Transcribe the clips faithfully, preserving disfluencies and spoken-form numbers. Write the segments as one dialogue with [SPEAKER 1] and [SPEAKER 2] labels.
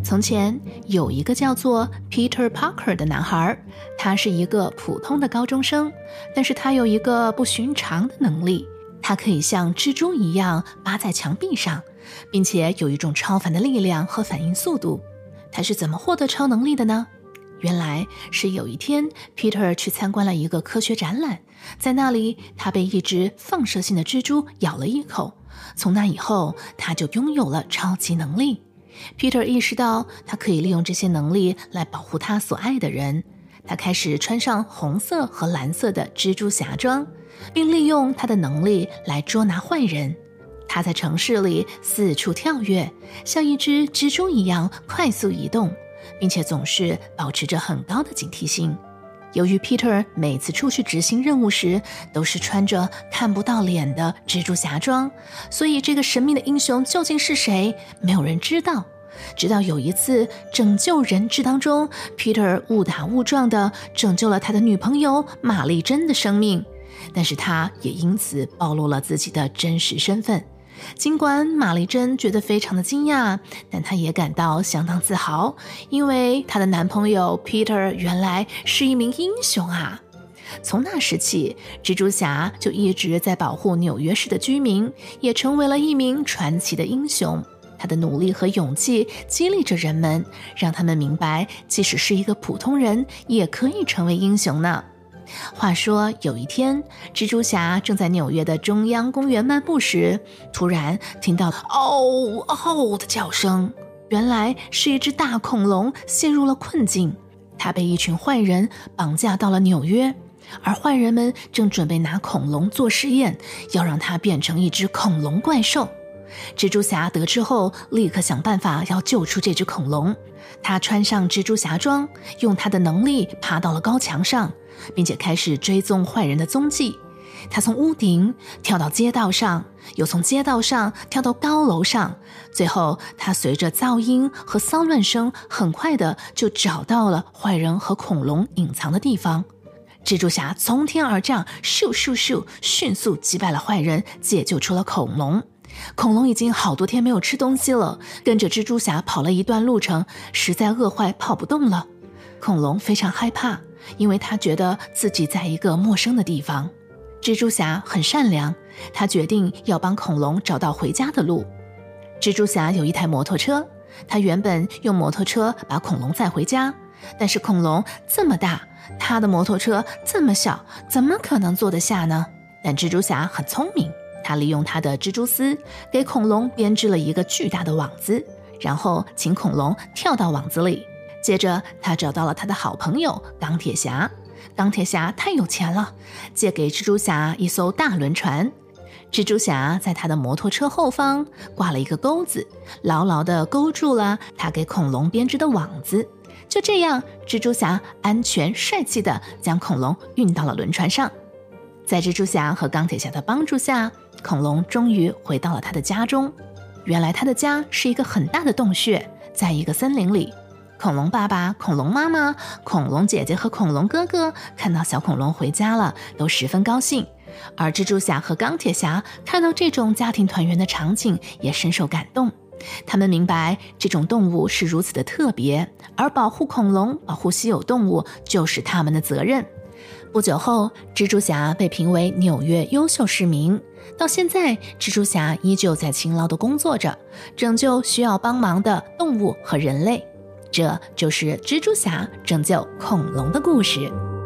[SPEAKER 1] 从前有一个叫做 Peter Parker 的男孩，他是一个普通的高中生，但是他有一个不寻常的能力，他可以像蜘蛛一样扒在墙壁上，并且有一种超凡的力量和反应速度。他是怎么获得超能力的呢？原来是有一天 Peter 去参观了一个科学展览，在那里他被一只放射性的蜘蛛咬了一口，从那以后他就拥有了超级能力。Peter 意识到他可以利用这些能力来保护他所爱的人，他开始穿上红色和蓝色的蜘蛛侠装，并利用他的能力来捉拿坏人。他在城市里四处跳跃，像一只蜘蛛一样快速移动，并且总是保持着很高的警惕性。由于 Peter 每次出去执行任务时都是穿着看不到脸的蜘蛛侠装，所以这个神秘的英雄究竟是谁，没有人知道。直到有一次拯救人质当中， Peter 误打误撞地拯救了他的女朋友玛丽珍的生命，但是他也因此暴露了自己的真实身份。尽管玛丽珍觉得非常的惊讶，但她也感到相当自豪，因为她的男朋友 Peter 原来是一名英雄啊。从那时起，蜘蛛侠就一直在保护纽约市的居民，也成为了一名传奇的英雄。他的努力和勇气激励着人们，让他们明白即使是一个普通人也可以成为英雄呢。话说有一天，蜘蛛侠正在纽约的中央公园漫步时，突然听到嗷嗷的叫声，原来是一只大恐龙陷入了困境，它被一群坏人绑架到了纽约，而坏人们正准备拿恐龙做实验，要让它变成一只恐龙怪兽。蜘蛛侠得知后，立刻想办法要救出这只恐龙。他穿上蜘蛛侠装，用他的能力爬到了高墙上，并且开始追踪坏人的踪迹。他从屋顶跳到街道上，又从街道上跳到高楼上，最后他随着噪音和骚乱声，很快的就找到了坏人和恐龙隐藏的地方。蜘蛛侠从天而降，咻咻咻，迅速击败了坏人，解救出了恐龙。恐龙已经好多天没有吃东西了，跟着蜘蛛侠跑了一段路程，实在饿坏跑不动了。恐龙非常害怕，因为他觉得自己在一个陌生的地方。蜘蛛侠很善良，他决定要帮恐龙找到回家的路。蜘蛛侠有一台摩托车，他原本用摩托车把恐龙载回家，但是恐龙这么大，他的摩托车这么小，怎么可能坐得下呢？但蜘蛛侠很聪明，他利用他的蜘蛛丝给恐龙编织了一个巨大的网子，然后请恐龙跳到网子里。接着他找到了他的好朋友钢铁侠，钢铁侠太有钱了，借给蜘蛛侠一艘大轮船。蜘蛛侠在他的摩托车后方挂了一个钩子，牢牢地勾住了他给恐龙编织的网子。就这样，蜘蛛侠安全帅气地将恐龙运到了轮船上。在蜘蛛侠和钢铁侠的帮助下，恐龙终于回到了他的家中。原来他的家是一个很大的洞穴，在一个森林里。恐龙爸爸、恐龙妈妈、恐龙姐姐和恐龙哥哥看到小恐龙回家了，都十分高兴。而蜘蛛侠和钢铁侠看到这种家庭团圆的场景，也深受感动。他们明白这种动物是如此的特别，而保护恐龙、保护稀有动物就是他们的责任。不久后，蜘蛛侠被评为纽约优秀市民。到现在，蜘蛛侠依旧在勤劳地工作着，拯救需要帮忙的动物和人类。这就是蜘蛛侠拯救恐龙的故事。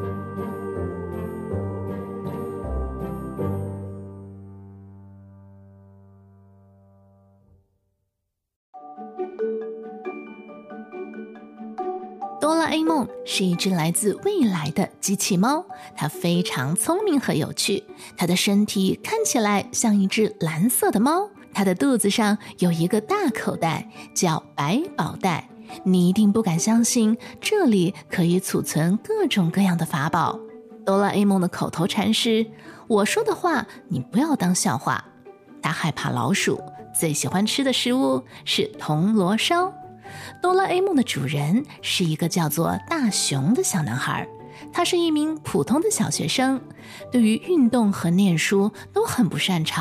[SPEAKER 1] 哆啦 A 梦是一只来自未来的机器猫，它非常聪明和有趣。它的身体看起来像一只蓝色的猫，它的肚子上有一个大口袋，叫百宝袋。你一定不敢相信，这里可以储存各种各样的法宝。哆啦 A 梦的口头禅是：我说的话你不要当笑话。他害怕老鼠，最喜欢吃的食物是铜锣烧。哆啦 A 梦的主人是一个叫做大雄的小男孩，他是一名普通的小学生，对于运动和念书都很不擅长，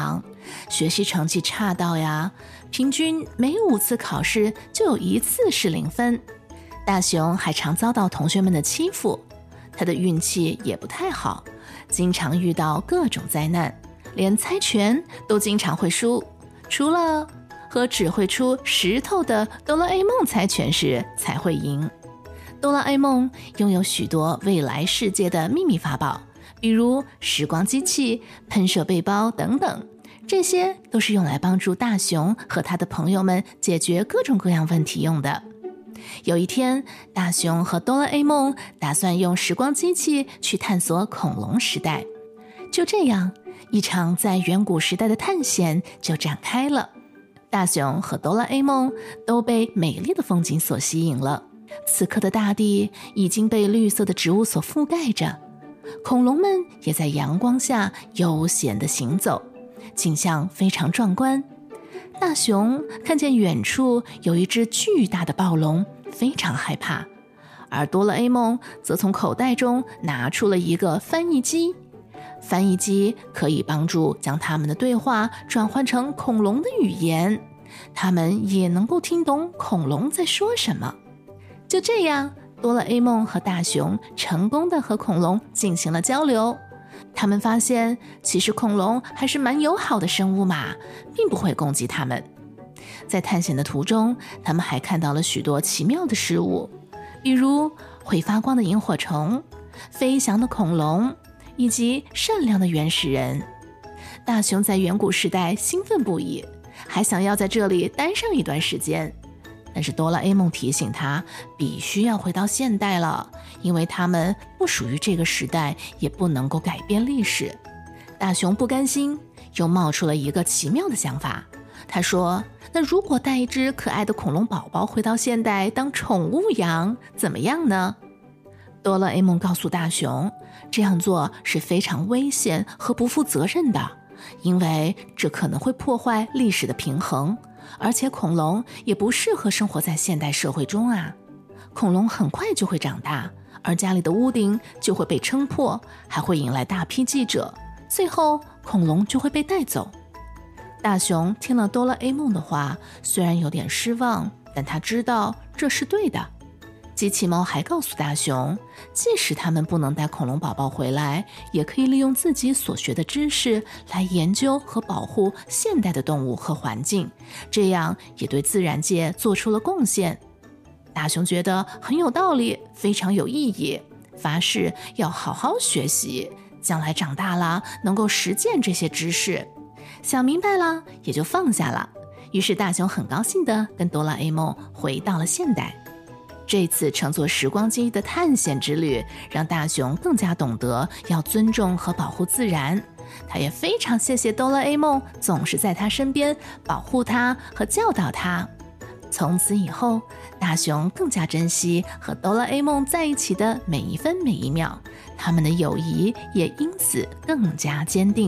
[SPEAKER 1] 学习成绩差到呀，平均每五次考试就有一次是零分。大雄还常遭到同学们的欺负，他的运气也不太好，经常遇到各种灾难，连猜拳都经常会输，除了和只会出石头的哆啦 A 梦猜拳时才会赢。哆啦 A 梦拥有许多未来世界的秘密法宝，比如时光机器、喷射背包等等，这些都是用来帮助大雄和他的朋友们解决各种各样问题用的。有一天，大雄和哆啦 A 梦打算用时光机器去探索恐龙时代。就这样，一场在远古时代的探险就展开了。大雄和哆啦 A 梦都被美丽的风景所吸引了。此刻的大地已经被绿色的植物所覆盖着，恐龙们也在阳光下悠闲地行走，景象非常壮观。大雄看见远处有一只巨大的暴龙，非常害怕，而哆啦 A 梦则从口袋中拿出了一个翻译机。翻译机可以帮助将他们的对话转换成恐龙的语言，他们也能够听懂恐龙在说什么。就这样，哆啦 A 梦和大雄成功地和恐龙进行了交流。他们发现，其实恐龙还是蛮友好的生物嘛，并不会攻击他们。在探险的途中，他们还看到了许多奇妙的事物，比如会发光的萤火虫、飞翔的恐龙以及善良的原始人。大雄在远古时代兴奋不已，还想要在这里待上一段时间。但是哆啦 A 梦提醒他，必须要回到现代了，因为他们不属于这个时代，也不能够改变历史。大雄不甘心，又冒出了一个奇妙的想法。他说，那如果带一只可爱的恐龙宝宝回到现代当宠物养，怎么样呢？哆啦 A 梦告诉大雄，这样做是非常危险和不负责任的，因为这可能会破坏历史的平衡，而且恐龙也不适合生活在现代社会中啊。恐龙很快就会长大，而家里的屋顶就会被撑破，还会引来大批记者，最后恐龙就会被带走。大雄听了哆啦 A 梦的话，虽然有点失望，但他知道这是对的。机器猫还告诉大雄，即使他们不能带恐龙宝宝回来，也可以利用自己所学的知识来研究和保护现代的动物和环境，这样也对自然界做出了贡献。大雄觉得很有道理，非常有意义，发誓要好好学习，将来长大了能够实践这些知识。想明白了，也就放下了。于是大雄很高兴地跟哆啦 A 梦回到了现代。这次乘坐时光机的探险之旅，让大雄更加懂得要尊重和保护自然。他也非常谢谢哆啦 A 梦总是在他身边保护他和教导他。从此以后，大雄更加珍惜和哆啦 A 梦在一起的每一分每一秒，他们的友谊也因此更加坚定。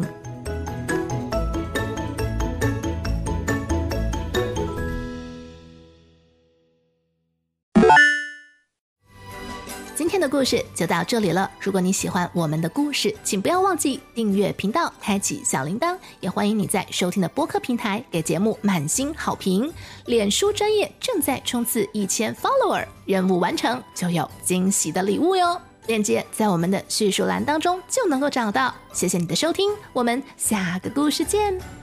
[SPEAKER 1] 今天的故事就到这里了。如果你喜欢我们的故事，请不要忘记订阅频道，开启小铃铛，也欢迎你在收听的播客平台给节目满星好评。脸书专页正在冲刺一千 follower， 任务完成就有惊喜的礼物哟。链接在我们的叙述栏当中就能够找到。谢谢你的收听，我们下个故事见。